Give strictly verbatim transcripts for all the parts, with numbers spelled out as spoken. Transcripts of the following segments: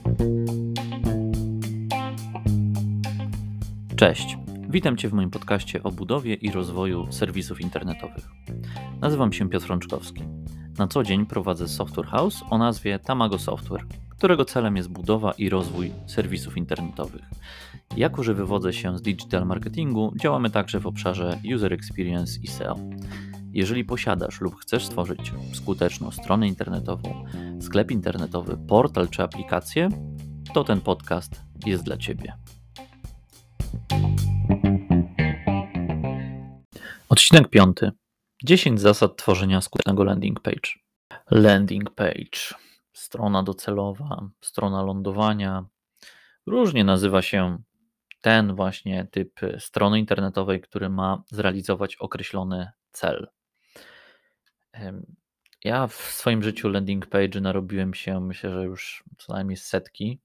Cześć, witam Cię w moim podcaście o budowie i rozwoju serwisów internetowych. Nazywam się Piotr Rączkowski. Na co dzień prowadzę software house o nazwie Tamago Software, którego celem jest budowa i rozwój serwisów internetowych. Jako że wywodzę się z digital marketingu, działamy także w obszarze user experience i S E O. Jeżeli posiadasz lub chcesz stworzyć skuteczną stronę internetową, sklep internetowy, portal czy aplikację, to ten podcast jest dla Ciebie. Odcinek piąty. dziesięć zasad tworzenia skutecznego landing page. Landing page. Strona docelowa, strona lądowania. Różnie nazywa się ten właśnie typ strony internetowej, który ma zrealizować określony cel. Ja w swoim życiu landing page narobiłem się, myślę, że już co najmniej setki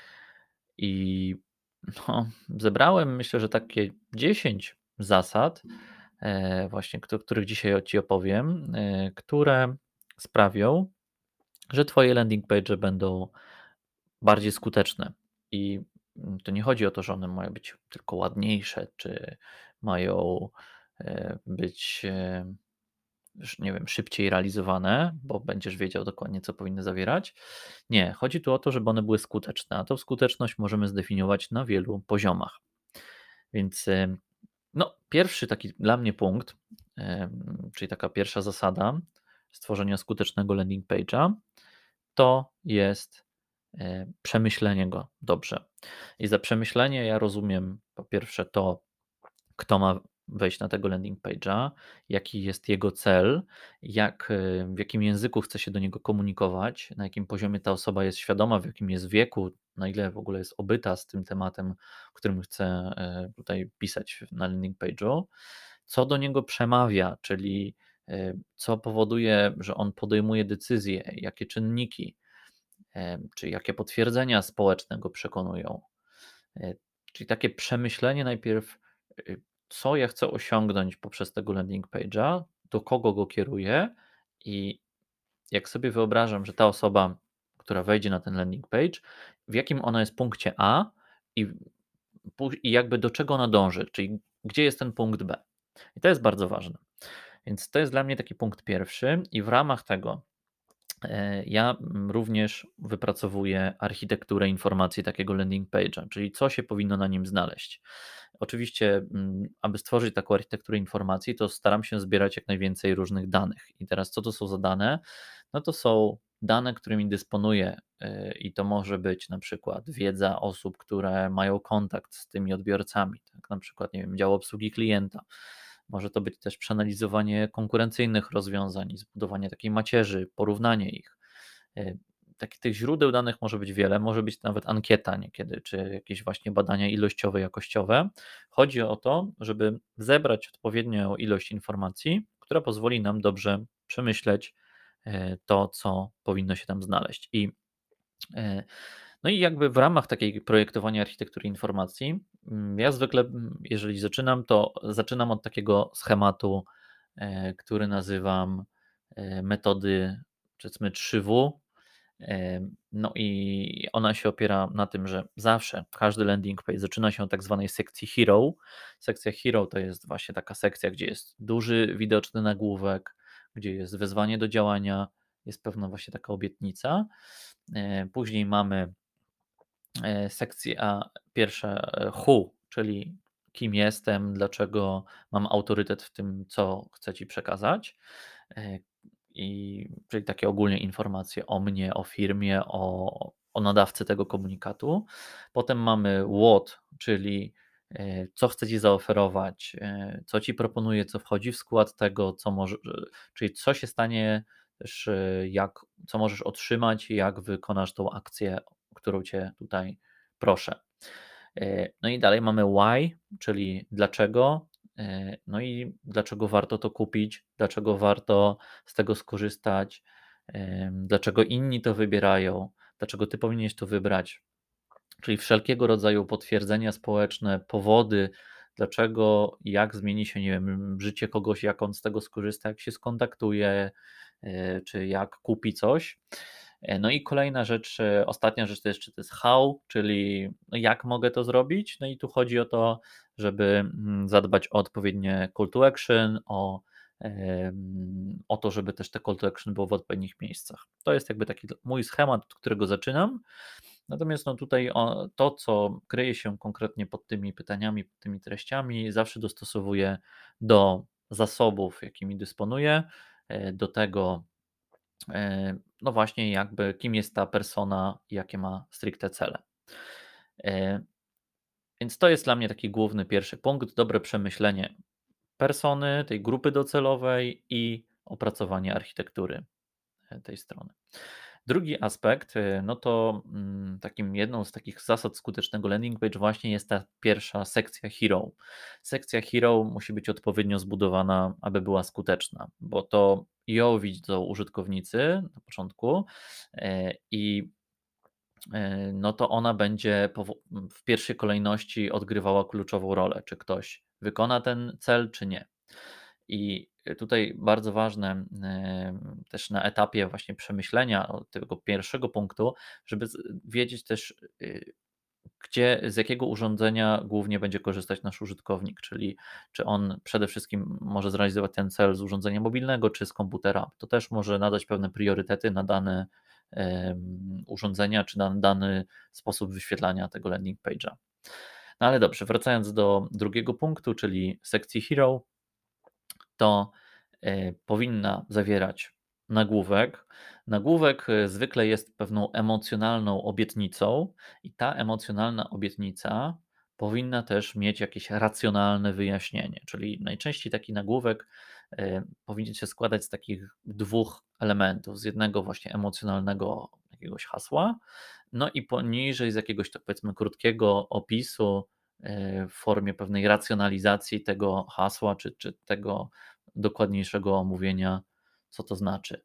i no, zebrałem, myślę, że takie dziesięć zasad, właśnie, o których dzisiaj Ci opowiem, które sprawią, że Twoje landing page będą bardziej skuteczne. I to nie chodzi o to, że one mają być tylko ładniejsze, czy mają być, nie wiem, szybciej realizowane, bo będziesz wiedział dokładnie, co powinny zawierać. Nie, chodzi tu o to, żeby one były skuteczne, a tą skuteczność możemy zdefiniować na wielu poziomach. Więc no, pierwszy taki dla mnie punkt, czyli taka pierwsza zasada stworzenia skutecznego landing page'a, to jest przemyślenie go dobrze. I za przemyślenie ja rozumiem po pierwsze to, kto ma wejść na tego landing page'a, jaki jest jego cel, jak, w jakim języku chce się do niego komunikować, na jakim poziomie ta osoba jest świadoma, w jakim jest wieku, na ile w ogóle jest obyta z tym tematem, którym chce tutaj pisać na landing page'u, co do niego przemawia, czyli co powoduje, że on podejmuje decyzje, jakie czynniki, czy jakie potwierdzenia społeczne go przekonują. Czyli takie przemyślenie najpierw, co ja chcę osiągnąć poprzez tego landing page'a, do kogo go kieruję i jak sobie wyobrażam, że ta osoba, która wejdzie na ten landing page, w jakim ona jest punkcie A i, i jakby do czego ona dąży, czyli gdzie jest ten punkt B. I to jest bardzo ważne. Więc to jest dla mnie taki punkt pierwszy i w ramach tego ja również wypracowuję architekturę informacji takiego landing page'a, czyli co się powinno na nim znaleźć. Oczywiście, aby stworzyć taką architekturę informacji, to staram się zbierać jak najwięcej różnych danych. I teraz co to są za dane? No to są dane, którymi dysponuję i to może być na przykład wiedza osób, które mają kontakt z tymi odbiorcami, tak na przykład, nie wiem, dział obsługi klienta. Może to być też przeanalizowanie konkurencyjnych rozwiązań, zbudowanie takiej macierzy, porównanie ich. Takich tych źródeł danych może być wiele, może być nawet ankieta niekiedy, czy jakieś właśnie badania ilościowe, jakościowe. Chodzi o to, żeby zebrać odpowiednią ilość informacji, która pozwoli nam dobrze przemyśleć to, co powinno się tam znaleźć. I no i jakby w ramach takiej projektowania architektury informacji, ja zwykle, jeżeli zaczynam, to zaczynam od takiego schematu, który nazywam metody, powiedzmy trzy W. No i ona się opiera na tym, że zawsze każdy landing page zaczyna się od tak zwanej sekcji hero. Sekcja hero to jest właśnie taka sekcja, gdzie jest duży, widoczny nagłówek, gdzie jest wezwanie do działania, jest pewna właśnie taka obietnica. Później mamy sekcję A, pierwsze who, czyli kim jestem, dlaczego mam autorytet w tym, co chcę Ci przekazać. I, czyli takie ogólnie informacje o mnie, o firmie, o, o nadawcy tego komunikatu. Potem mamy what, czyli co chcę Ci zaoferować, co Ci proponuję, co wchodzi w skład tego, co może, czyli co się stanie też, jak, co możesz otrzymać, jak wykonasz tą akcję, którą Cię tutaj proszę. No i dalej mamy why, czyli dlaczego, no i dlaczego warto to kupić, dlaczego warto z tego skorzystać, dlaczego inni to wybierają, dlaczego Ty powinieneś to wybrać. Czyli wszelkiego rodzaju potwierdzenia społeczne, powody, dlaczego, jak zmieni się, nie wiem, życie kogoś, jak on z tego skorzysta, jak się skontaktuje, czy jak kupi coś. E, No i kolejna rzecz, e, ostatnia rzecz to jeszcze to jest how, czyli no jak mogę to zrobić. No i tu chodzi o to, żeby mm, zadbać o odpowiednie call to action, o, em, o to, żeby też te call to action było w odpowiednich miejscach. To jest jakby taki mój schemat, od którego zaczynam. Natomiast no tutaj o, to, co kryje się konkretnie pod tymi pytaniami, pod tymi treściami, zawsze dostosowuję do zasobów, jakimi dysponuję, e, do tego, e, no właśnie, jakby kim jest ta persona i jakie ma stricte cele. E, Więc to jest dla mnie taki główny pierwszy punkt, dobre przemyślenie persony, tej grupy docelowej i opracowanie architektury e, tej strony. Drugi aspekt, y, no to mm, takim jedną z takich zasad skutecznego landing page właśnie jest ta pierwsza sekcja hero. Sekcja hero musi być odpowiednio zbudowana, aby była skuteczna, bo to ją widzą użytkownicy na początku e, i e, no to ona będzie powo- w pierwszej kolejności odgrywała kluczową rolę, czy ktoś wykona ten cel, czy nie. I tutaj bardzo ważne em, też na etapie właśnie przemyślenia o tego pierwszego punktu, żeby z- wiedzieć też, y, gdzie, z jakiego urządzenia głównie będzie korzystać nasz użytkownik, czyli czy on przede wszystkim może zrealizować ten cel z urządzenia mobilnego, czy z komputera. To też może nadać pewne priorytety na dane em, urządzenia, czy na dany sposób wyświetlania tego landing page'a. No ale dobrze, wracając do drugiego punktu, czyli sekcji Hero, to e, powinna zawierać nagłówek. Nagłówek e, zwykle jest pewną emocjonalną obietnicą, i ta emocjonalna obietnica powinna też mieć jakieś racjonalne wyjaśnienie. Czyli najczęściej taki nagłówek e, powinien się składać z takich dwóch elementów: z jednego właśnie emocjonalnego jakiegoś hasła, no i poniżej z jakiegoś, tak powiedzmy, krótkiego opisu e, w formie pewnej racjonalizacji tego hasła, czy, czy tego dokładniejszego omówienia, co to znaczy.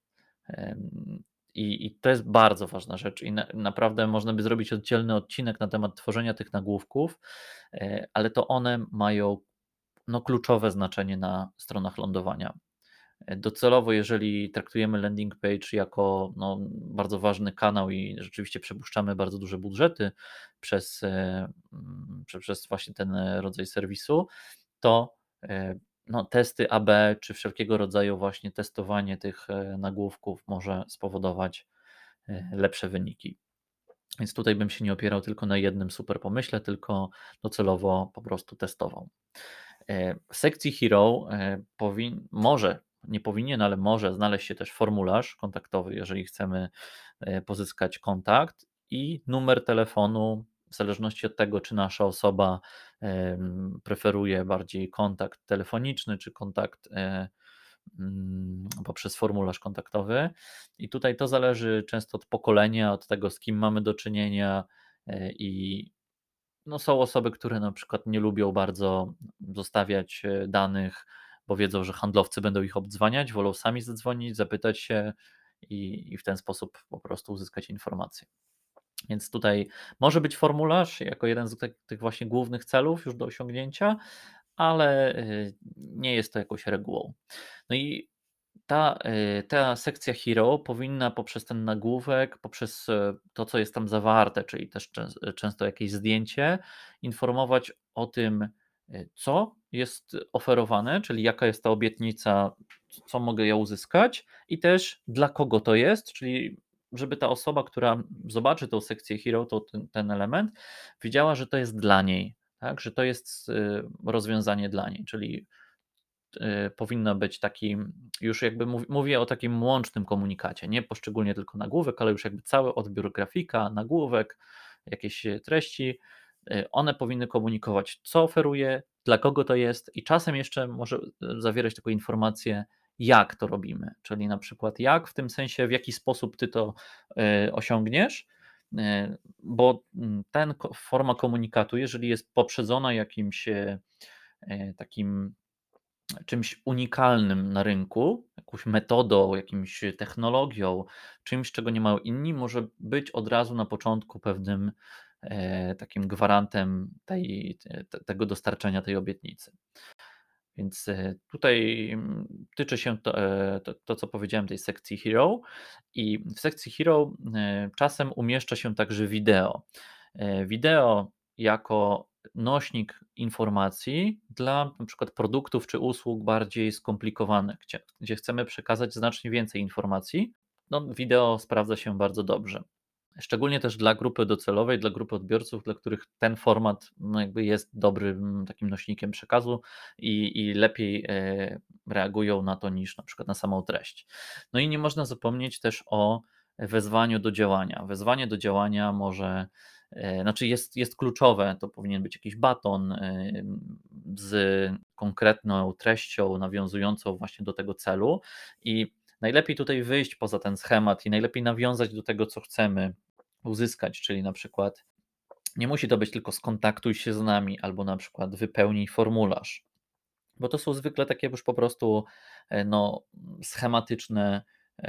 Em, I, I to jest bardzo ważna rzecz, i na, naprawdę można by zrobić oddzielny odcinek na temat tworzenia tych nagłówków, e, ale to one mają no, kluczowe znaczenie na stronach lądowania. E, Docelowo, jeżeli traktujemy landing page jako no, bardzo ważny kanał i rzeczywiście przepuszczamy bardzo duże budżety przez, e, mm, prze- przez właśnie ten e, rodzaj serwisu, to e, no, testy A B czy wszelkiego rodzaju właśnie testowanie tych e, nagłówków może spowodować e, lepsze wyniki. Więc tutaj bym się nie opierał tylko na jednym super pomyśle, tylko docelowo po prostu testował. E, W sekcji Hero e, powin, może, nie powinien, ale może znaleźć się też formularz kontaktowy, jeżeli chcemy e, pozyskać kontakt, i numer telefonu, w zależności od tego, czy nasza osoba em, preferuje bardziej kontakt telefoniczny, czy kontakt e, mm, poprzez formularz kontaktowy. I tutaj to zależy często od pokolenia, od tego, z kim mamy do czynienia, e, i no są osoby, które na przykład nie lubią bardzo zostawiać e, danych, bo wiedzą, że handlowcy będą ich obdzwaniać, wolą sami zadzwonić, zapytać się i, i w ten sposób po prostu uzyskać informacje. Więc tutaj może być formularz jako jeden z tych, tych właśnie głównych celów już do osiągnięcia, ale y, nie jest to jakąś regułą. No i ta, y, ta sekcja Hero powinna poprzez ten nagłówek, poprzez e, to, co jest tam zawarte, czyli też czę- często jakieś zdjęcie, informować o tym, y, co jest oferowane, czyli jaka jest ta obietnica, co mogę ja uzyskać, i też dla kogo to jest, czyli żeby ta osoba, która zobaczy tą sekcję Hero, to ten, ten element, wiedziała, że to jest dla niej, tak? Że to jest y, rozwiązanie dla niej, czyli y, powinno być taki, już jakby mów, mówię o takim łącznym komunikacie, nie poszczególnie tylko nagłówek, ale już jakby cały odbiór grafika, nagłówek, jakieś e, treści, y, one powinny komunikować, co oferuje, dla kogo to jest, i czasem jeszcze może e, zawierać taką informację, jak to robimy, czyli na przykład jak, w tym sensie, w jaki sposób ty to y, osiągniesz, y, bo mm, ten ko- forma komunikatu, jeżeli jest poprzedzona jakimś e, e, takim czymś unikalnym na rynku, jakąś metodą, jakimś technologią, czymś, czego nie mają inni, może być od razu na początku pewnym e, takim gwarantem tej, te, tego dostarczenia tej obietnicy. Więc e, tutaj mm, tyczy się to, e, to, to, co powiedziałem, tej sekcji Hero. I w sekcji Hero e, czasem umieszcza się także wideo. E, Wideo jako nośnik informacji dla na przykład produktów czy usług bardziej skomplikowanych, gdzie, gdzie chcemy przekazać znacznie więcej informacji. No, wideo sprawdza się bardzo dobrze. Szczególnie też dla grupy docelowej, dla grupy odbiorców, dla których ten format no jakby jest dobrym takim nośnikiem przekazu i, i lepiej e, reagują na to niż na przykład na samą treść. No i nie można zapomnieć też o wezwaniu do działania. Wezwanie do działania może, e, znaczy jest, jest kluczowe, to powinien być jakiś baton e, z konkretną treścią nawiązującą właśnie do tego celu i najlepiej tutaj wyjść poza ten schemat i najlepiej nawiązać do tego, co chcemy uzyskać, czyli na przykład nie musi to być tylko skontaktuj się z nami, albo na przykład wypełnij formularz, bo to są zwykle takie już po prostu e, no, schematyczne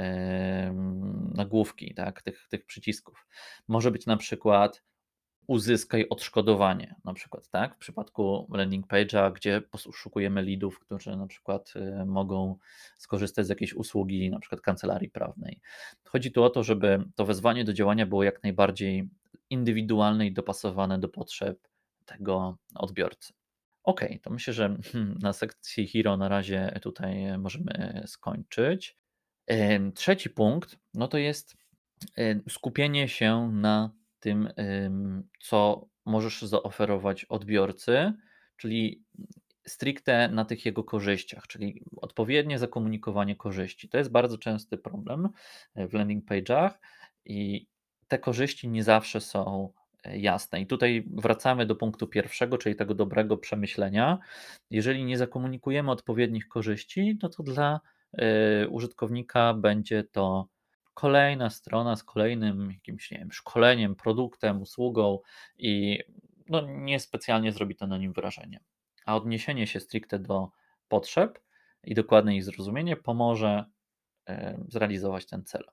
em, nagłówki, tak, tych, tych przycisków. Może być na przykład uzyskaj odszkodowanie, na przykład, tak? W przypadku landing page'a, gdzie poszukujemy leadów, którzy na przykład y, mogą skorzystać z jakiejś usługi, na przykład kancelarii prawnej. Chodzi tu o to, żeby to wezwanie do działania było jak najbardziej indywidualne i dopasowane do potrzeb tego odbiorcy. Ok, to myślę, że na sekcji Hero na razie tutaj możemy skończyć. Em, Trzeci punkt, no to jest e, skupienie się na tym, ym, co możesz zaoferować odbiorcy, czyli stricte na tych jego korzyściach, czyli odpowiednie zakomunikowanie korzyści. To jest bardzo częsty problem e, w landing page'ach i te korzyści nie zawsze są e, jasne. I tutaj wracamy do punktu pierwszego, czyli tego dobrego przemyślenia. Jeżeli nie zakomunikujemy odpowiednich korzyści, no to dla e, użytkownika będzie to kolejna strona z kolejnym jakimś, nie wiem, szkoleniem, produktem, usługą i no, niespecjalnie zrobi to na nim wrażenie. A odniesienie się stricte do potrzeb i dokładne ich zrozumienie pomoże e, zrealizować ten cel.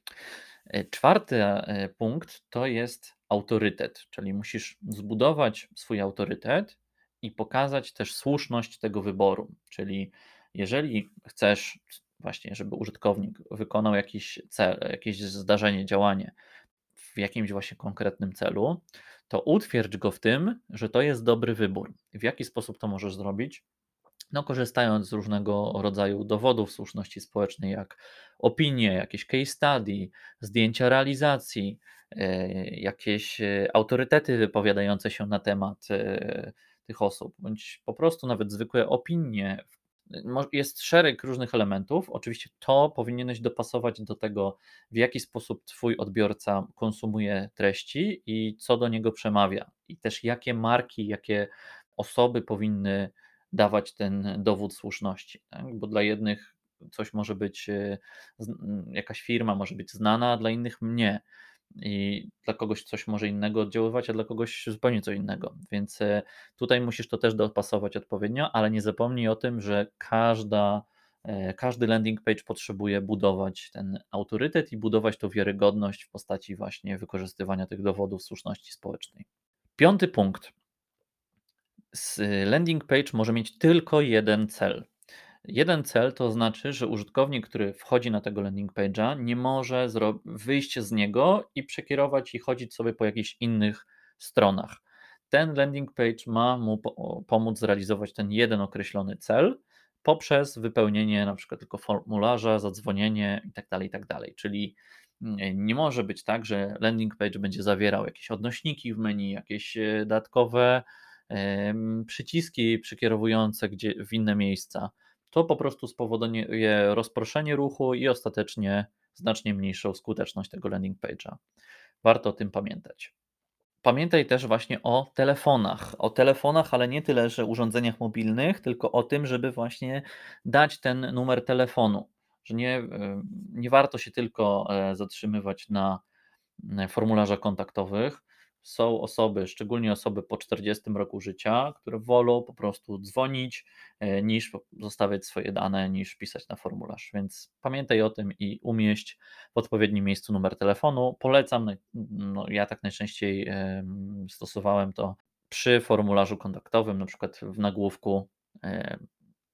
E, Czwarty e, punkt to jest autorytet, czyli musisz zbudować swój autorytet i pokazać też słuszność tego wyboru. Czyli jeżeli chcesz właśnie, żeby użytkownik wykonał jakiś cel, jakieś zdarzenie, działanie w jakimś właśnie konkretnym celu, to utwierdź go w tym, że to jest dobry wybór. W jaki sposób to możesz zrobić? No, korzystając z różnego rodzaju dowodów słuszności społecznej, jak opinie, jakieś case study, zdjęcia realizacji, e, jakieś e, autorytety wypowiadające się na temat e, tych osób, bądź po prostu nawet zwykłe opinie. Mo- Jest szereg różnych elementów. Oczywiście to powinieneś dopasować do tego, w jaki sposób Twój odbiorca konsumuje treści i co do niego przemawia, i też jakie marki, jakie osoby powinny dawać ten dowód słuszności, tak? Bo dla jednych coś może być, e, z- m, jakaś firma może być znana, a dla innych nie. I dla kogoś coś może innego oddziaływać, a dla kogoś zupełnie co innego. Więc e, tutaj musisz to też dopasować odpowiednio, ale nie zapomnij o tym, że każda, e, każdy landing page potrzebuje budować ten autorytet i budować tą wiarygodność w postaci właśnie wykorzystywania tych dowodów słuszności społecznej. Piąty punkt. S- Landing page może mieć tylko jeden cel. Jeden cel to znaczy, że użytkownik, który wchodzi na tego landing page'a, nie może zro- wyjść z niego i przekierować i chodzić sobie po jakichś innych stronach. Ten landing page ma mu po- pomóc zrealizować ten jeden określony cel poprzez wypełnienie na przykład tylko formularza, zadzwonienie itd., itd. Czyli mm, nie może być tak, że landing page będzie zawierał jakieś odnośniki w menu, jakieś e, dodatkowe em, przyciski przekierowujące gdzie, w inne miejsca. To po prostu spowoduje rozproszenie ruchu i ostatecznie znacznie mniejszą skuteczność tego landing page'a. Warto o tym pamiętać. Pamiętaj też właśnie o telefonach. O telefonach, ale nie tyle, że urządzeniach mobilnych, tylko o tym, żeby właśnie dać ten numer telefonu. Że nie, y, nie warto się tylko e, zatrzymywać na e, formularzach kontaktowych. Są osoby, szczególnie osoby po czterdziestym roku życia, które wolą po prostu dzwonić, e, niż zostawiać swoje dane, niż pisać na formularz. Więc pamiętaj o tym i umieść w odpowiednim miejscu numer telefonu. Polecam, naj- no, ja tak najczęściej em, stosowałem to przy formularzu kontaktowym, na przykład w nagłówku.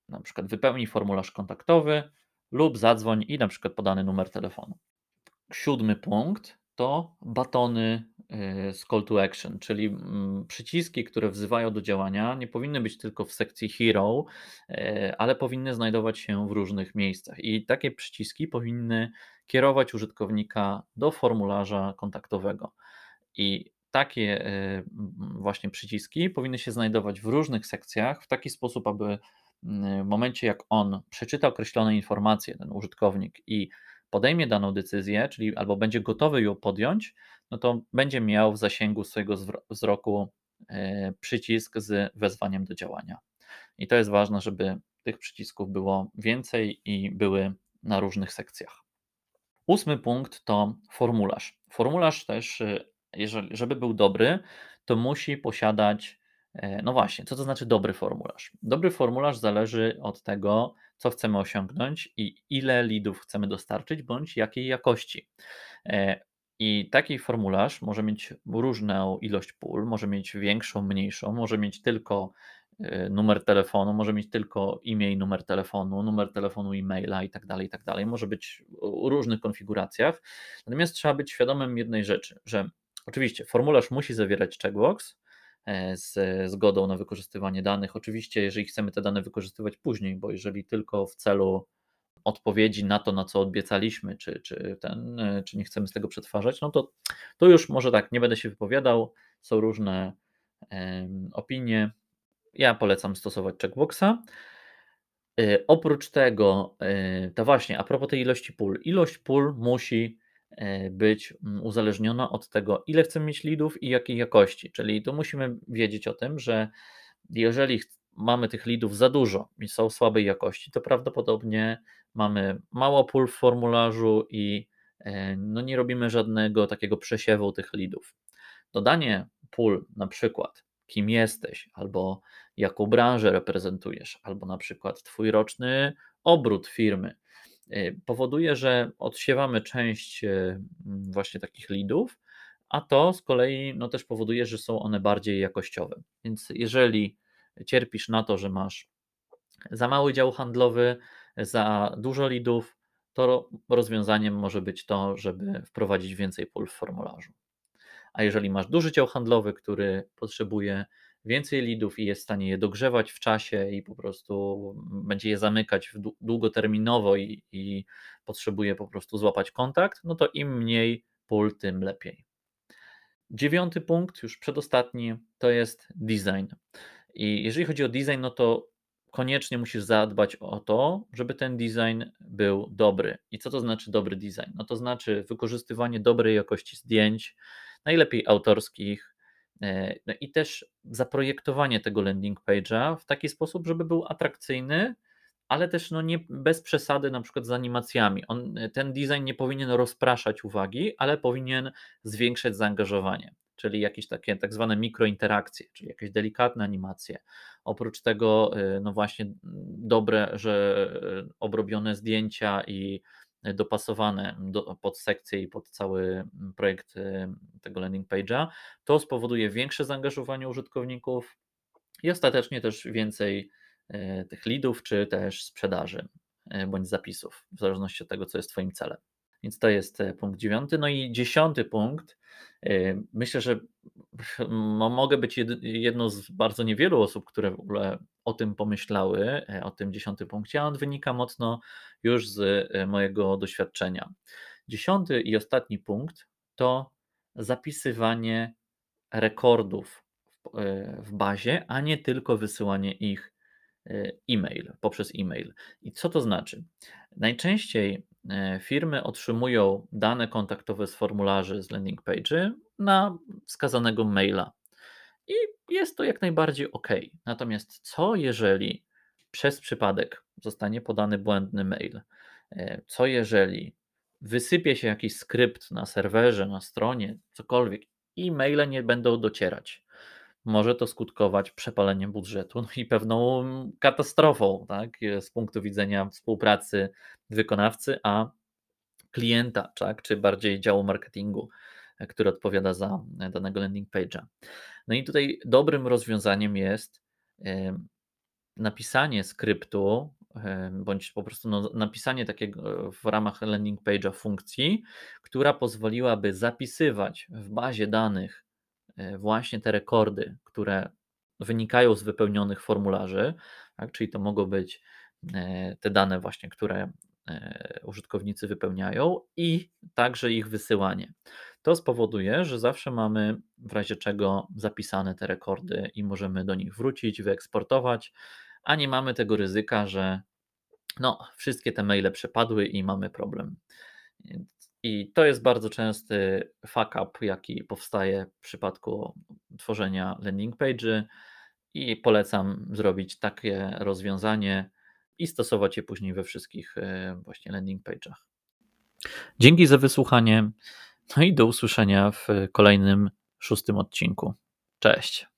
na przykład wypełnij formularz kontaktowy lub zadzwoń i na przykład podany numer telefonu. Siódmy punkt to batony y, z call to action, czyli mm, przyciski, które wzywają do działania, nie powinny być tylko w sekcji hero, y, ale powinny znajdować się w różnych miejscach. I takie przyciski powinny kierować użytkownika do formularza kontaktowego. I takie y, właśnie przyciski powinny się znajdować w różnych sekcjach w taki sposób, aby y, w momencie jak on przeczyta określone informacje, ten użytkownik, i podejmie daną decyzję, czyli albo będzie gotowy ją podjąć, no to będzie miał w zasięgu swojego wzroku y, przycisk z wezwaniem do działania. I to jest ważne, żeby tych przycisków było więcej i były na różnych sekcjach. Ósmy punkt to formularz. Formularz też, y, jeżeli, żeby był dobry, to musi posiadać, e, no właśnie, co to znaczy dobry formularz? Dobry formularz zależy od tego, co chcemy osiągnąć i ile lidów chcemy dostarczyć, bądź jakiej jakości. E, I taki formularz może mieć różną ilość pól, może mieć większą, mniejszą, może mieć tylko e, numer telefonu, może mieć tylko imię i numer telefonu, numer telefonu, e-maila i tak dalej, i tak dalej. Może być w różnych konfiguracjach. Natomiast trzeba być świadomym jednej rzeczy, że oczywiście formularz musi zawierać checkbox e, z zgodą na wykorzystywanie danych. Oczywiście, jeżeli chcemy te dane wykorzystywać później, bo jeżeli tylko w celu odpowiedzi na to, na co obiecaliśmy, czy, czy, ten, czy nie chcemy z tego przetwarzać, no to, to już może tak, nie będę się wypowiadał, są różne um, opinie. Ja polecam stosować checkboxa. Yy, oprócz tego, yy, to właśnie, a propos tej ilości pól, ilość pól musi yy, być mm, uzależniona od tego, ile chcemy mieć lidów i jakiej jakości. Czyli tu musimy wiedzieć o tym, że jeżeli mamy tych lidów za dużo i są słabej jakości, to prawdopodobnie mamy mało pól w formularzu i e, no nie robimy żadnego takiego przesiewu tych lidów. Dodanie pól, na przykład kim jesteś, albo jaką branżę reprezentujesz, albo na przykład Twój roczny obrót firmy, e, powoduje, że odsiewamy część e, właśnie takich lidów, a to z kolei no, też powoduje, że są one bardziej jakościowe. Więc jeżeli cierpisz na to, że masz za mały dział handlowy, za dużo lidów, to rozwiązaniem może być to, żeby wprowadzić więcej pól w formularzu. A jeżeli masz duży dział handlowy, który potrzebuje więcej lidów i jest w stanie je dogrzewać w czasie i po prostu będzie je zamykać długoterminowo i, i potrzebuje po prostu złapać kontakt, no to im mniej pól, tym lepiej. Dziewiąty punkt, już przedostatni, to jest design. I jeżeli chodzi o design, no to koniecznie musisz zadbać o to, żeby ten design był dobry. I co to znaczy dobry design? No to znaczy wykorzystywanie dobrej jakości zdjęć, najlepiej autorskich, e, no i też zaprojektowanie tego landing page'a w taki sposób, żeby był atrakcyjny, ale też no nie bez przesady na przykład z animacjami. On, ten design nie powinien rozpraszać uwagi, ale powinien zwiększać zaangażowanie, czyli jakieś takie tak zwane mikrointerakcje, czyli jakieś delikatne animacje. Oprócz tego, y, no właśnie dobre, że y, obrobione zdjęcia i dopasowane do, pod sekcję i pod cały projekt y, tego landing page'a, to spowoduje większe zaangażowanie użytkowników i ostatecznie też więcej e, tych leadów, czy też sprzedaży e, bądź zapisów, w zależności od tego, co jest Twoim celem. Więc to jest e, punkt dziewiąty. No i dziesiąty punkt. Myślę, że no, mogę być jedną z bardzo niewielu osób, które w ogóle o tym pomyślały, o tym dziesiątym punkcie, a on wynika mocno już z mojego doświadczenia. Dziesiąty i ostatni punkt to zapisywanie rekordów w, e, w bazie, a nie tylko wysyłanie ich e, e-mail, poprzez e-mail. I co to znaczy? Najczęściej e, firmy otrzymują dane kontaktowe z formularzy z landing page'y na wskazanego maila. I jest to jak najbardziej ok. Natomiast co jeżeli przez przypadek zostanie podany błędny mail? E, Co jeżeli wysypie się jakiś skrypt na serwerze, na stronie, cokolwiek i maile nie będą docierać? Może to skutkować przepaleniem budżetu, no i pewną katastrofą, tak, z punktu widzenia współpracy wykonawcy, a klienta, tak, czy bardziej działu marketingu, e, który odpowiada za e, danego landing page'a. No i tutaj dobrym rozwiązaniem jest napisanie skryptu, e, bądź po prostu no, napisanie takiego w ramach landing page'a funkcji, która pozwoliłaby zapisywać w bazie danych e, właśnie te rekordy, które wynikają z wypełnionych formularzy, tak? Czyli to mogą być e, te dane właśnie, które e, użytkownicy wypełniają i także ich wysyłanie. To spowoduje, że zawsze mamy w razie czego zapisane te rekordy i możemy do nich wrócić, wyeksportować, a nie mamy tego ryzyka, że no, wszystkie te maile przepadły i mamy problem. I to jest bardzo częsty fuck up, jaki powstaje w przypadku tworzenia landing page'y i polecam zrobić takie rozwiązanie i stosować je później we wszystkich e, właśnie landing page'ach. Dzięki za wysłuchanie, no i do usłyszenia w kolejnym szóstym odcinku. Cześć.